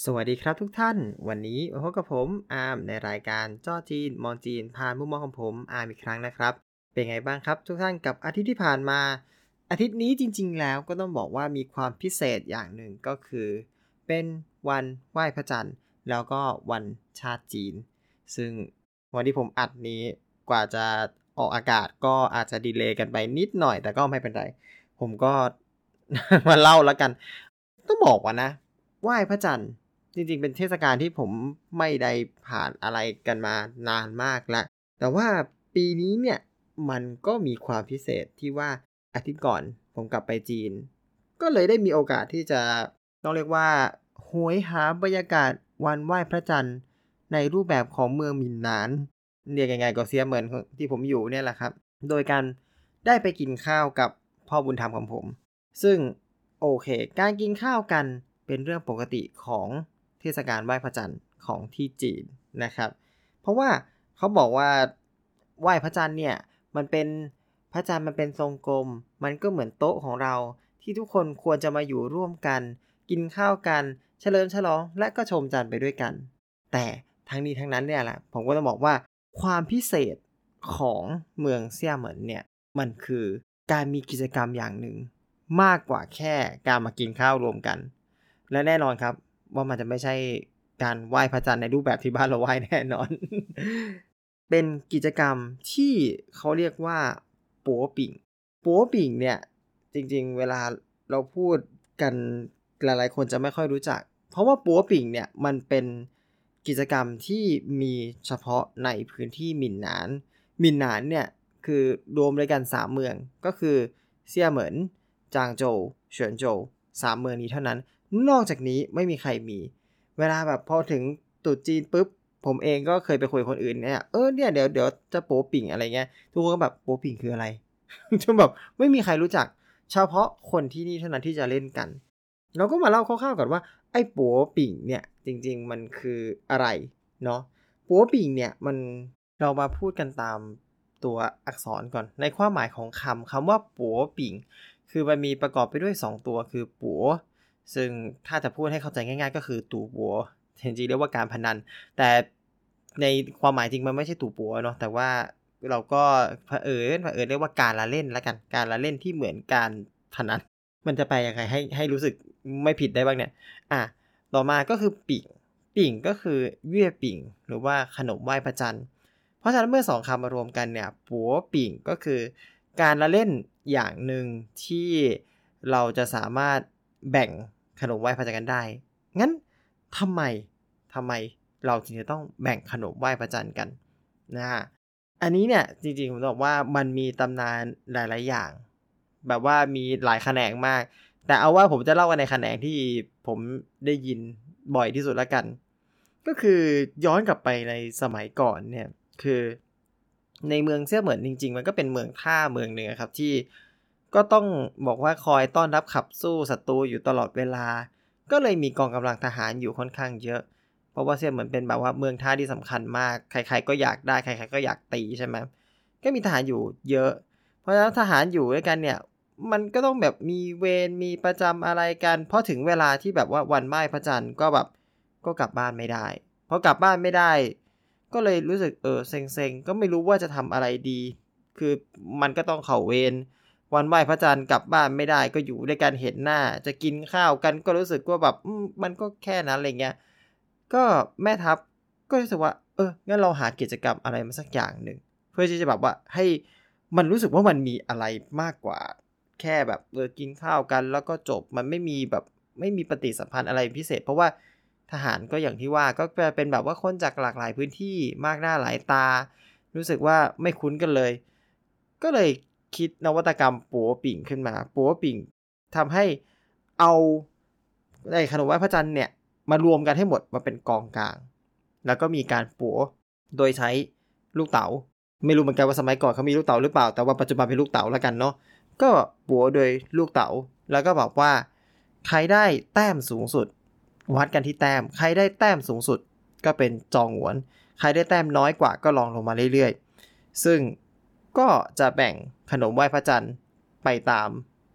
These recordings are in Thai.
สวัสดีครับทุกท่านวันนี้มาพบกับผมอาร์มในรายการจ้อจีนมองจีนผ่านมุมมองของผมอาร์มอีกครั้งนะครับเป็นไงบ้างครับทุกท่านกับอาทิตย์ที่ผ่านมาอาทิตย์นี้จริงๆแล้วก็ต้องบอกว่ามีความพิเศษอย่างหนึ่งก็คือเป็นวันไหว้พระจันทร์แล้วก็วันชาติจีนซึ่งวันที่ผมอัดนี้กว่าจะออกอากาศก็อาจจะดีเลย์กันไปนิดหน่อยแต่ก็ไม่เป็นไรผมก็ มาเล่าแล้วกันต้องบอกว่านะไหว้พระจันทร์จริงๆเป็นเทศกาลที่ผมไม่ได้ผ่านอะไรกันมานานมากแล้วแต่ว่าปีนี้เนี่ยมันก็มีความพิเศษที่ว่าอาทิตย์ก่อนผมกลับไปจีนก็เลยได้มีโอกาสที่จะต้องเรียกว่าโหยหาบรรยากาศวันไหว้พระจันทร์ในรูปแบบของเมืองหมินหนานเรียกยังไงก็เสียเหมือนที่ผมอยู่เนี่ยแหละครับโดยการได้ไปกินข้าวกับพ่อบุญธรรมของผมซึ่งโอเคการกินข้าวกันเป็นเรื่องปกติของเทศกาลไหว้พระจันทร์ของที่จีนนะครับเพราะว่าเขาบอกว่าไหว้พระจันทร์เนี่ยมันเป็นพระจันทร์มันเป็นทรงกลมมันก็เหมือนโต๊ะของเราที่ทุกคนควรจะมาอยู่ร่วมกันกินข้าวกันเฉลิมฉลองและก็ชมจันทร์ไปด้วยกันแต่ทั้งนี้ทั้งนั้นเนี่ยแหละผมก็ต้องบอกว่าความพิเศษของเมืองเซี่ยเหมินเนี่ยมันคือการมีกิจกรรมอย่างหนึ่งมากกว่าแค่การมากินข้าวรวมกันและแน่นอนครับว่ามันจะไม่ใช่การไหว้พระจันทร์ในรูปแบบที่บ้านเราไหว้แน่นอน เป็นกิจกรรมที่เขาเรียกว่าปั๋วปิ่งปั๋วปิ่งเนี่ยจริงๆเวลาเราพูดกันหลายๆคนจะไม่ค่อยรู้จักเพราะว่าปั๋วปิ่งเนี่ยมันเป็นกิจกรรมที่มีเฉพาะในพื้นที่หมิ่นหนานหมิ่นหนานเนี่ยคือรวมด้วยกัน3เมืองก็คือเซี่ยเหมินจางโจวเฉินโจว3เมืองนี้เท่านั้นนอกจากนี้ไม่มีใครมีเวลาแบบพอถึงตรุษจีนปุ๊บผมเองก็เคยไปคุยกับคนอื่นเนี่ยเนี่ยเดี๋ยวจะโป๊ปิ่งอะไรเงี้ยทุกคนก็แบบโป๊ปิ่งคืออะไร จนแบบไม่มีใครรู้จักเฉพาะคนที่นี่เท่านั้นที่จะเล่นกันเราก็มาเล่าคร่าวๆก่อนว่าไอ้โป๊ปิ่งเนี่ยจริงๆมันคืออะไรเนาะโป๊ปิ่งเนี่ยมันเรามาพูดกันตามตัวอักษรก่อนในความหมายของคำว่าโป๊ปิ่งคือมันมีประกอบไปด้วย2ตัวคือปั๋วซึ่งถ้าจะพูดให้เข้าใจง่ายๆก็คือตู่ปั๋วจริงๆเรียกว่าการพนันแต่ในความหมายจริงมันไม่ใช่ตู่ปั๋วเนาะแต่ว่าเราก็เผอิญเรียกว่าการละเล่นแล้วกันการละเล่นที่เหมือนการพนันมันจะไปยังไงให้รู้สึกไม่ผิดได้บ้างเนี่ยต่อมาก็คือปิ่งก็คือเวี่ยปิ่งหรือว่าขนมไหว้พระจันทร์เพราะฉะนั้นเมื่อ2คำมารวมกันเนี่ยปั๋วปิ่งก็คือการละเล่นอย่างหนึ่งที่เราจะสามารถแบ่งขนมไหว้พระจันทร์กันได้งั้นทำไมเราจึงจะต้องแบ่งขนมไหว้พระจันทร์กันนะฮะอันนี้เนี่ยจริงๆผมบอกว่ามันมีตำนานหลายๆอย่างแบบว่ามีหลายแขนงมากแต่เอาว่าผมจะเล่ากันในแขนงที่ผมได้ยินบ่อยที่สุดแล้วกันก็คือย้อนกลับไปในสมัยก่อนเนี่ยคือในเมืองเซี่ยเหมินจริงๆมันก็เป็นเมืองท่าเมืองนึงครับที่ก็ต้องบอกว่าคอยต้อนรับขับสู้ศัตรูอยู่ตลอดเวลาก็เลยมีกองกำลังทหารอยู่ค่อนข้างเยอะเพราะว่าเซี่ยเหมินเป็นแบบว่าเมืองท่าที่สำคัญมากใครๆก็อยากได้ใครๆก็อยากตีใช่ไหมก็มีทหารอยู่เยอะเพราะฉะนั้นทหารอยู่ด้วยกันเนี่ยมันก็ต้องแบบมีเวรมีประจำอะไรกันพอถึงเวลาที่แบบว่าวันไหว้พระจันทร์ก็แบบก็กลับบ้านไม่ได้พอกลับบ้านไม่ได้ก็เลยรู้สึกเซ็งๆก็ไม่รู้ว่าจะทำอะไรดีคือมันก็ต้องเข้าเวรวันไหว้พระจันทร์กลับบ้านไม่ได้ก็อยู่ด้วยกันเห็นหน้าจะกินข้าวกันก็รู้สึกว่าแบบมันก็แค่นั้นอะไรเงี้ยก็แม่ทัพก็รู้สึกว่างั้นเราหากิจกรรมอะไรมาสักอย่างหนึ่งเพื่อที่จะแบบว่าให้มันรู้สึกว่ามันมีอะไรมากกว่าแค่แบบกินข้าวกันแล้วก็จบมันไม่มีแบบไม่มีปฏิสัมพันธ์อะไรพิเศษเพราะว่าทหารก็อย่างที่ว่าก็เป็นแบบว่าคนจากหลากหลายพื้นที่มากหน้าหลายตารู้สึกว่าไม่คุ้นกันเลยก็เลยคิดนวัตกรรมปั๋วปิ่งขึ้นมาปั๋วปิ่งทำให้เอาไอ้ขนมไหว้พระจันทร์เนี่ยมารวมกันให้หมดมาเป็นกองกลางแล้วก็มีการปั๋วโดยใช้ลูกเต๋าไม่รู้เหมือนกันว่าสมัยก่อนเขามีลูกเต๋าหรือเปล่าแต่ว่าปัจจุบันเป็นลูกเต๋าแล้วกันเนาะก็ปั๋วโดยลูกเต๋าแล้วก็บอกว่าใครได้แต้มสูงสุดวัดกันที่แต้มใครได้แต้มสูงสุดก็เป็นจองหวนใครได้แต้มน้อยกว่าก็ลองลงมาเรื่อยๆซึ่งก็จะแบ่งขนมไหว้พระจันทร์ไปตาม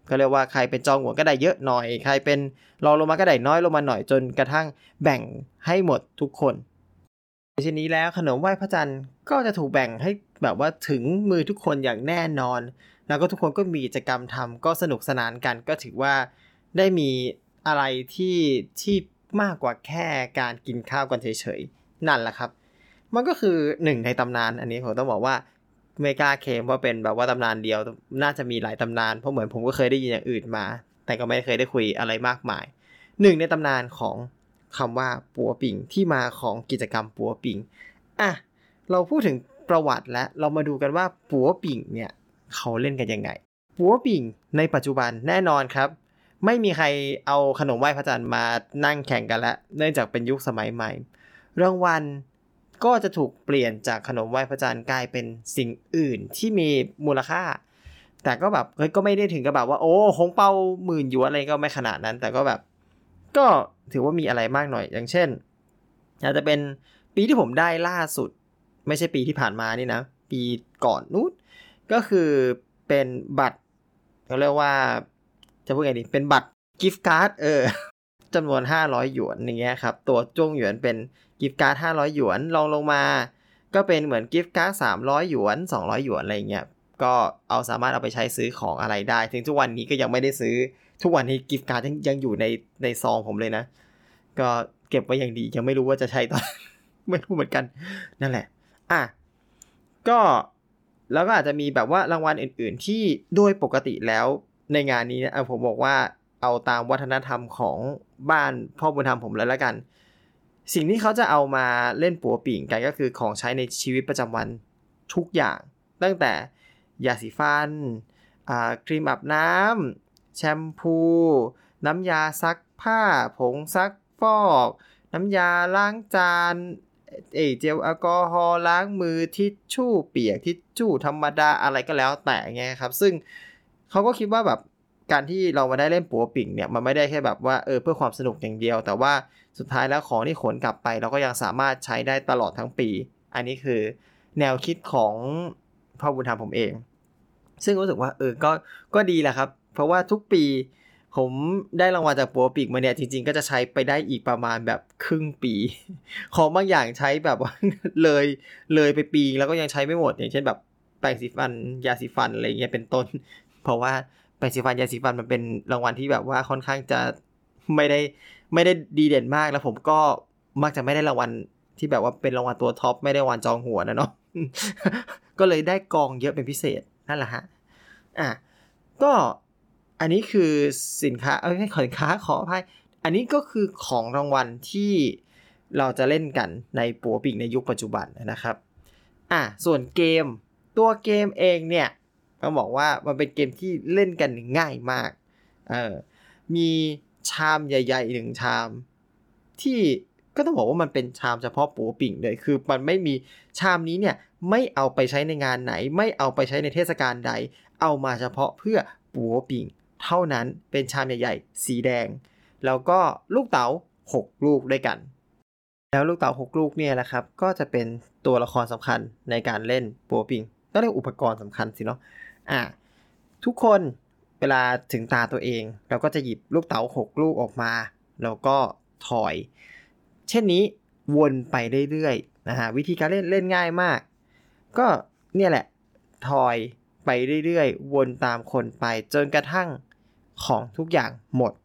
ก็เรียกว่าใครเป็นจองหัวนก็ได้เยอะหน่อยใครเป็นรองลงมาก็ได้น้อยลงมาหน่อยจนกระทั่งแบ่งให้หมดทุกคนทีนี้แล้วขนมไหว้พระจันทร์ก็จะถูกแบ่งให้แบบว่าถึงมือทุกคนอย่างแน่นอนแล้วก็ทุกคนก็มีกิจกรรมทำก็สนุกสนานกันก็ถือว่าได้มีอะไรที่มากกว่าแค่การกินข้าวกันเฉยๆนั่นแหละครับมันก็คือหนึ่งในตำนานอันนี้ผมต้องบอกว่าไม่กล้าเคลมว่าเป็นแบบว่าตำนานเดียวน่าจะมีหลายตำนานเพราะเหมือนผมก็เคยได้ยินอย่างอื่นมาแต่ก็ไม่เคยได้คุยอะไรมากมายหนึ่งในตำนานของคำว่าปัวปิงที่มาของกิจกรรมปัวปิงอ่ะเราพูดถึงประวัติแล้วเรามาดูกันว่าปัวปิงเนี่ยเขาเล่นกันยังไงปัวปิงในปัจจุบันแน่นอนครับไม่มีใครเอาขนมไหว้พระจันทร์มานั่งแข่งกันแล้วเนื่องจากเป็นยุคสมัยใหม่รางวัลก็จะถูกเปลี่ยนจากขนมไหว้พระจันทร์กลายเป็นสิ่งอื่นที่มีมูลค่าแต่ก็แบบก็ไม่ได้ถึงกับแบบว่าโอ้หงเปาหมื่นหยวนอะไรก็ไม่ขนาดนั้นแต่ก็แบบก็ถือว่ามีอะไรมากหน่อยอย่างเช่นอาจจะเป็นปีที่ผมได้ล่าสุดไม่ใช่ปีที่ผ่านมานี่นะปีก่อนนู้นก็คือเป็นบัตรเขาเรียกว่าจะพูดไงดีเป็นบัตรกิฟต์การ์ดจำนวน500หยวนอย่างเงี้ยครับตัวจ้วงหยวนเป็นกิฟต์การ์ด500หยวนลงมาก็เป็นเหมือนกิฟต์การ์ด300หยวน200หยวนอะไรเงี้ยก็สามารถเอาไปใช้ซื้อของอะไรได้ถึงทุกวันนี้ก็ยังไม่ได้ซื้อทุกวันนี้กิฟต์การ์ดยังอยู่ในซองผมเลยนะก็เก็บไว้อย่างดียังไม่รู้ว่าจะใช้ตอน ไม่รู้เหมือนกันนั่นแหละก็แล้วก็อาจจะมีแบบว่ารางวัลอื่นๆที่โดยปกติแล้วในงานนี้นะผมบอกว่าเอาตามวัฒนธรรมของบ้านพ่อบุญธรรมผมแล้วละกันสิ่งที่เขาจะเอามาเล่นปัวปิ่งกันก็คือของใช้ในชีวิตประจำวันทุกอย่างตั้งแต่ยาสีฟันครีมอาบน้ำแชมพูน้ำยาซักผ้าผงซักฟอกน้ำยาล้างจานเจลแอลกอฮอล์ล้างมือทิชชู่เปียกทิชชู่ธรรมดาอะไรก็แล้วแต่ไงครับซึ่งเขาก็คิดว่าแบบการที่เรามาได้เล่นปัวปิ่งเนี่ยมันไม่ได้แค่แบบว่าเพื่อความสนุกอย่างเดียวแต่ว่าสุดท้ายแล้วของที่ขนกลับไปเราก็ยังสามารถใช้ได้ตลอดทั้งปีอันนี้คือแนวคิดของพ่อบุญธรรมผมเองซึ่งรู้สึกว่าก็ดีแหละครับเพราะว่าทุกปีผมได้รางวัลจากปัวปิ่งมาเนี่ยจริงๆก็จะใช้ไปได้อีกประมาณแบบครึ่งปีของบางอย่างใช้แบบว่าเลยไปปีแล้วก็ยังใช้ไม่หมดอย่างเช่นแบบแปรงสีฟันยาสีฟันอะไรเงี้ยเป็นต้นเพราะว่าแปรงสีฟันยาสีฟันมันเป็นรางวัลที่แบบว่าค่อนข้างจะไม่ได้ดีเด่นมากแล้วผมก็มักจะไม่ได้รางวัลที่แบบว่าเป็นรางวัลตัวท็อปไม่ได้รางวัลจองหัวนะเนาะ ก็เลยได้กองเยอะเป็นพิเศษนั่นแหละฮะก็อันนี้คือสินค้าไม่สินค้าขออภัยอันนี้ก็คือของรางวัลที่เราจะเล่นกันในปัวปิ่งในยุคปัจจุบันนะครับส่วนตัวเกมเองเนี่ยต้องบอกว่ามันเป็นเกมที่เล่นกันง่ายมากมีชามใหญ่ๆ1ชามที่ก็ต้องบอกว่ามันเป็นชามเฉพาะปัวปิ่งเลยคือมันไม่มีชามนี้เนี่ยไม่เอาไปใช้ในงานไหนไม่เอาไปใช้ในเทศกาลใดเอามาเฉพาะเพื่อปัวปิ่งเท่านั้นเป็นชามใหญ่ๆสีแดงแล้วก็ลูกเต๋า6ลูกด้วยกันแล้วลูกเต๋า6ลูกเนี่ยแหละครับก็จะเป็นตัวละครสำคัญในการเล่นปัวปิ่งก็เรียกอุปกรณ์สำคัญสิเนาะทุกคนเวลาถึงตาตัวเองเราก็จะหยิบลูกเต๋า6ลูกออกมาแล้วก็ถอยเช่นนี้วนไปเรื่อยๆนะฮะวิธีการเล่นง่ายมากก็เนี่ยแหละถอยไปเรื่อยๆวนตามคนไปจนกระทั่งของทุกอย่างหมด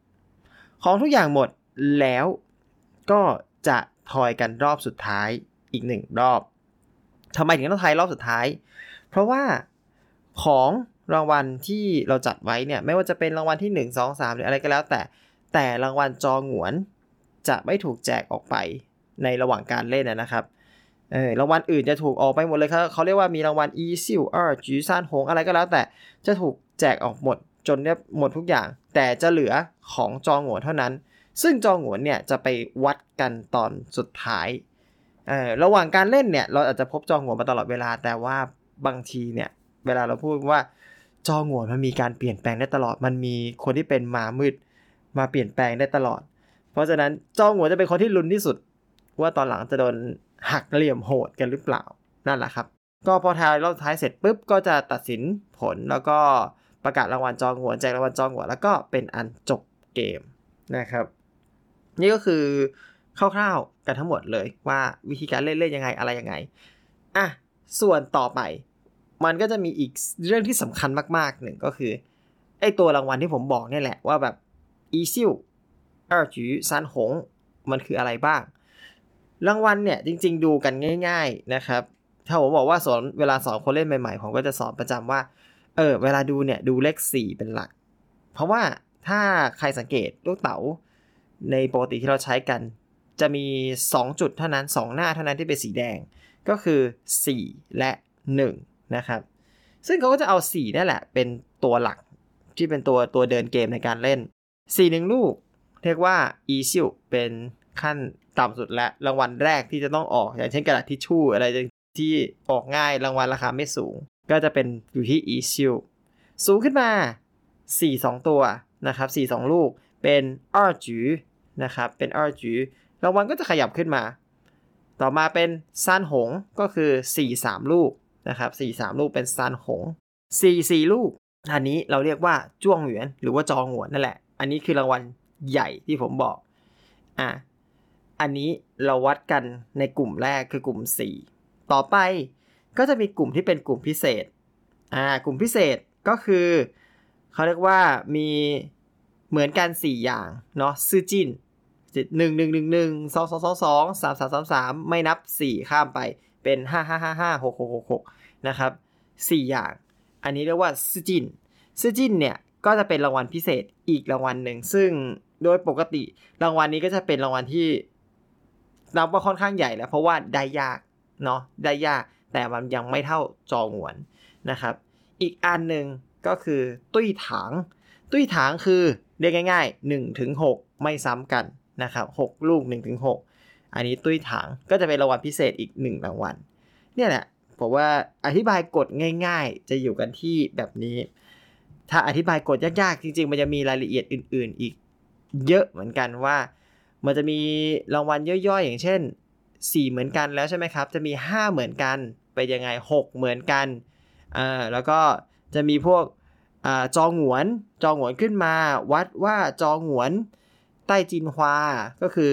แล้วก็จะทอยกันรอบสุดท้ายอีก1รอบทำไมถึงต้องทอยรอบสุดท้ายเพราะว่าของรางวัลที่เราจัดไว้เนี่ยไม่ว่าจะเป็นรางวัลที่1 2 3หรืออะไรก็แล้วแต่รางวัลจอหงวนจะไม่ถูกแจกออกไปในระหว่างการเล่นนะครับรางวัลอื่นจะถูกออกไปหมดเลยเขาเรียกว่ามีรางวัลอีซิลจือซานหงอะไรก็แล้วแต่จะถูกแจกออกหมดจนเรียบหมดทุกอย่างแต่จะเหลือของจอหงวนเท่านั้นซึ่งจอหงวนเนี่ยจะไปวัดกันตอนสุดท้ายระหว่างการเล่นเนี่ยเราอาจจะพบจอหงวนมาตลอดเวลาแต่ว่าบางทีเนี่ยเวลาเราพูดว่าจอหงวนมันมีการเปลี่ยนแปลงได้ตลอดมันมีคนที่เป็นม้ามืดมาเปลี่ยนแปลงได้ตลอดเพราะฉะนั้นจอหงวนจะเป็นคนที่ลุ้นที่สุดว่าตอนหลังจะโดนหักเหลี่ยมโหดกันหรือเปล่านั่นแหละครับก็พอทายรอบท้ายเสร็จปุ๊บก็จะตัดสินผลแล้วก็ประกาศรางวัลจองหวนแจกรางวัลจองหวนแล้วก็เป็นอันจบเกมนะครับนี่ก็คือคร่าวๆกันทั้งหมดเลยว่าวิธีการเล่นยังไงอะไรยังไงอ่ะส่วนต่อไปมันก็จะมีอีกเรื่องที่สำคัญมากๆหนึ่งก็คือไอตัวรางวัลที่ผมบอกนี่แหละว่าแบบอีซิ่วจื้อซานหงมันคืออะไรบ้างรางวัลเนี่ยจริงๆดูกันง่ายๆนะครับถ้าผมบอกว่าเวลาสอนคนเล่นใหม่ๆผมก็จะสอนประจำว่าเวลาดูเนี่ยดูเลข4เป็นหลักเพราะว่าถ้าใครสังเกตลูกเต๋าในปกติที่เราใช้กันจะมี2จุดเท่านั้น2หน้าเท่านั้นที่เป็นสีแดงก็คือ4และ1นะครับซึ่งเขาก็จะเอา4นั่นแหละเป็นตัวหลักที่เป็นตัวเดินเกมในการเล่น4 1ลูกเรียกว่าอีซิ่วเป็นขั้นต่ำสุดและรางวัลแรกที่จะต้องออกอย่างเช่นกระดาษทิชชู่อะไรที่ออกง่ายรางวัลราคาไม่สูงก็จะเป็นอยู่ที่อีซิ่วสูงขึ้นมา4 2ตัวนะครับ4 2ลูกเป็นจื้อนะครับเป็นจื้อรางวัลก็จะขยับขึ้นมาต่อมาเป็นซานหงก็คือ4 3ลูกนะครับ4 3ลูกเป็นซานหง4 4ลูกอันนี้เราเรียกว่าจ้วงหยวนหรือว่าจองหวนนั่นแหละอันนี้คือรางวัลใหญ่ที่ผมบอกอันนี้เราวัดกันในกลุ่มแรกคือกลุ่ม4ต่อไปก็จะมีกลุ่มที่เป็นกลุ่มพิเศษกลุ่มพิเศษก็คือเขาเรียกว่ามีเหมือนกัน4อย่างเนาะซื่อจิ้น1 1 1 1 2 2 2 2 3 3 3 3ไม่นับ4ข้ามไปเป็น5 5 5 5 6 6 6 6นะครับ4อย่างอันนี้เรียกว่าซื่อจิ้นเนี่ยก็จะเป็นรางวัลพิเศษอีกรางวัลหนึ่งซึ่งโดยปกติรางวัลนี้ก็จะเป็นรางวัลที่นับว่าค่อนข้างใหญ่แล้วเพราะว่าได้ยากเนาะได้ยากแต่มันยังไม่เท่าจอหวนนะครับอีกอันหนึ่งก็คือตุ้ยถางคือเรียกง่ายๆ1 ถึง 6ไม่ซ้ำกันนะครับ6ลูก1 ถึง 6อันนี้ตุ้ยถางก็จะเป็นรางวัลพิเศษอีก1รางวัลเนี่ยแหละผมว่าอธิบายกฎง่ายๆจะอยู่กันที่แบบนี้ถ้าอธิบายกฎยากๆจริงๆมันจะมีรายละเอียดอื่นๆอีกเยอะเหมือนกันว่ามันจะมีรางวัลย่อยๆอย่างเช่น4เหมือนกันแล้วใช่ไหมครับจะมี5เหมือนกันไปยังไง6เหมือนกันแล้วก็จะมีพวกจอหงวนขึ้นมาวัดว่าจอหงวนใต้จินฮวาก็คือ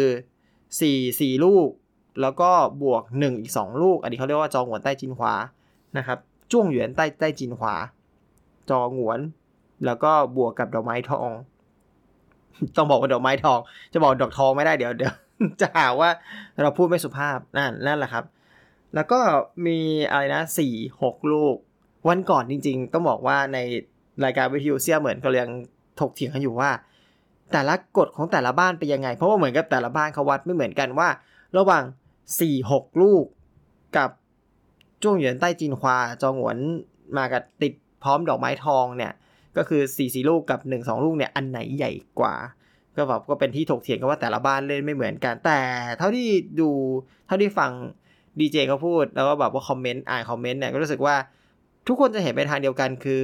4ลูกแล้วก็บวก1อีก2ลูกอันนี้เขาเรียกว่าจอหงวนใต้จินฮวานะครับจ้วงหยวนใต้จินฮวาจอหงวนแล้วก็บวกกับดอกไม้ทองต้องบอกว่าดอกไม้ทองจะบอกดอกทองไม่ได้เดี๋ยวจะหาว่าเราพูดไม่สุภาพนั่นแหละครับแล้วก็มีอะไรนะ4-6ลูกวันก่อนจริงๆต้องบอกว่าในรายการวิทยุเสี่ยเหมือนก็ยังถกเถียงกันอยู่ว่าแต่ละกฎของแต่ละบ้านเป็นยังไงเพราะว่าเหมือนกับแต่ละบ้านเขาวัดไม่เหมือนกันว่าระหว่าง4-6ลูกกับจ้วงเหยียนใต้จินฮวาจองหวนมากับติดพร้อมดอกไม้ทองเนี่ยก็คือ4ลูกกับ1-2ลูกเนี่ยอันไหนใหญ่กว่าก็เป็นที่ถกเถียงกันว่าแต่ละบ้านเล่นไม่เหมือนกันแต่เท่าที่ฟังดีเจเขาพูดแล้วก็แบบว่าคอมเมนต์อ่านคอมเมนต์เนี่ยก็รู้สึกว่าทุกคนจะเห็นไปทางเดียวกันคือ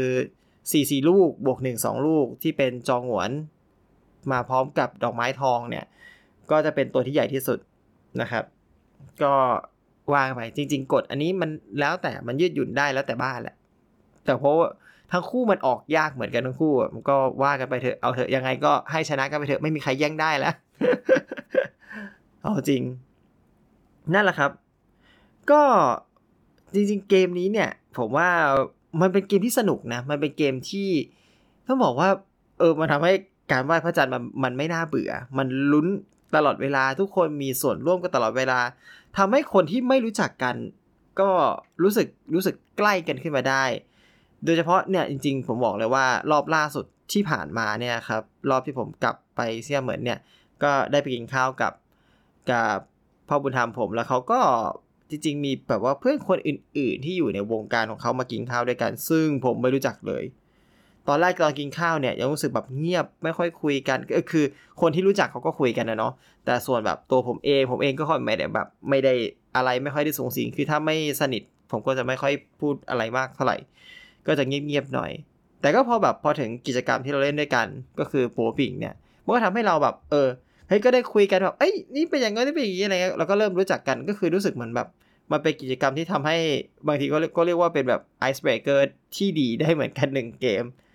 4ลูกบวก1-2ลูกที่เป็นจองหวนมาพร้อมกับดอกไม้ทองเนี่ยก็จะเป็นตัวที่ใหญ่ที่สุดนะครับก็ว่าไปจริงๆกฎอันนี้มันแล้วแต่มันยืดหยุ่นได้แล้วแต่บ้านแหละแต่เพราะทั้งคู่มันออกยากเหมือนกันทั้งคู่มันก็ว่ากันไปเถอะเอาเถอะยังไงก็ให้ชนะกันไปเถอะไม่มีใครแย่งได้แล้ว เอาจริงนั่นแหละครับก็จริงๆเกมนี้เนี่ยผมว่ามันเป็นเกมที่สนุกนะมันเป็นเกมที่ต้องบอกว่ามันทำให้การไหว้พระจันทร์มันไม่น่าเบื่อมันลุ้นตลอดเวลาทุกคนมีส่วนร่วมกันตลอดเวลาทำให้คนที่ไม่รู้จักกันก็รู้สึกใกล้กันขึ้นมาได้โดยเฉพาะเนี่ยจริงๆผมบอกเลยว่ารอบล่าสุดที่ผ่านมาเนี่ยครับรอบที่ผมกลับไปเซี่ยเหมินเนี่ยก็ได้ไปกินข้าวกับพ่อบุญธรรมผมแล้วเขาก็จริงๆมีแบบว่าเพื่อนคนอื่นๆที่อยู่ในวงการของเขามากินข้าวด้วยกันซึ่งผมไม่รู้จักเลยตอนแรกตอนกินข้าวเนี่ยยังรู้สึกแบบเงียบไม่ค่อยคุยกันก็คือคนที่รู้จักเขาก็คุยกันนะเนาะแต่ส่วนแบบตัวผมเองก็ค่อยไม่ได้แบบไม่ได้อะไรไม่ค่อยได้สูงสิงคือถ้าไม่สนิทผมก็จะไม่ค่อยพูดอะไรมากเท่าไหร่ก็จะเงียบๆหน่อยแต่ก็พอถึงกิจกรรมที่เราเล่นด้วยกันก็คือโปปิงเนี่ยมันก็ทำให้เราแบบเฮ้ยก็ได้คุยกันแบบเอ้ยนี่เป็นอย่างงี้นี่เป็นอย่างงี้อะไรเงี้ยเราก็เริ่มรู้จักกันก็คือรู้สึกเหมือนแบบมันเป็นกิจกรรมที่ทำให้บางทีก็เรียกว่าเป็นแบบไอซ์เบรกเกอร์ที่ดีได้เหมือนกัน1เกม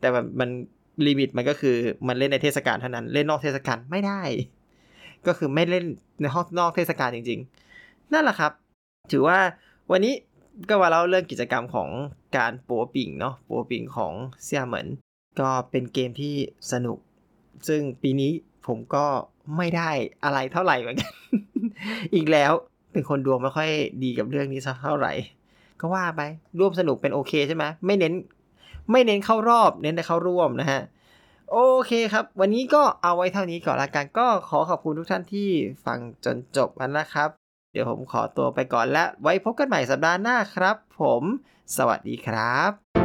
แต่มันลิมิตมันก็คือมันเล่นในเทศกาลเท่านั้นเล่นนอกเทศกาลไม่ได้ก็คือไม่เล่นในห้องนอกเทศกาลจริงๆนั่นแหละครับถือว่าวันนี้ก็ว่าเราเรื่องกิจกรรมของการโปปิงเนาะโปปิงของเสี่ยเหมินก็เป็นเกมที่สนุกซึ่งปีนี้ผมก็ไม่ได้อะไรเท่าไหร่เหมือนกัน อีกแล้วเป็นคนดวงไม่ค่อยดีกับเรื่องนี้สักเท่าไหร่ก็ว่าไปร่วมสนุกเป็นโอเคใช่ไหมไม่เน้นเข้ารอบเน้นแต่เข้าร่วมนะฮะโอเคครับวันนี้ก็เอาไว้เท่านี้ก่อนละกันก็ขอบคุณทุกท่านที่ฟังจนจบกันนะครับเดี๋ยวผมขอตัวไปก่อนและไว้พบกันใหม่สัปดาห์หน้าครับผมสวัสดีครับ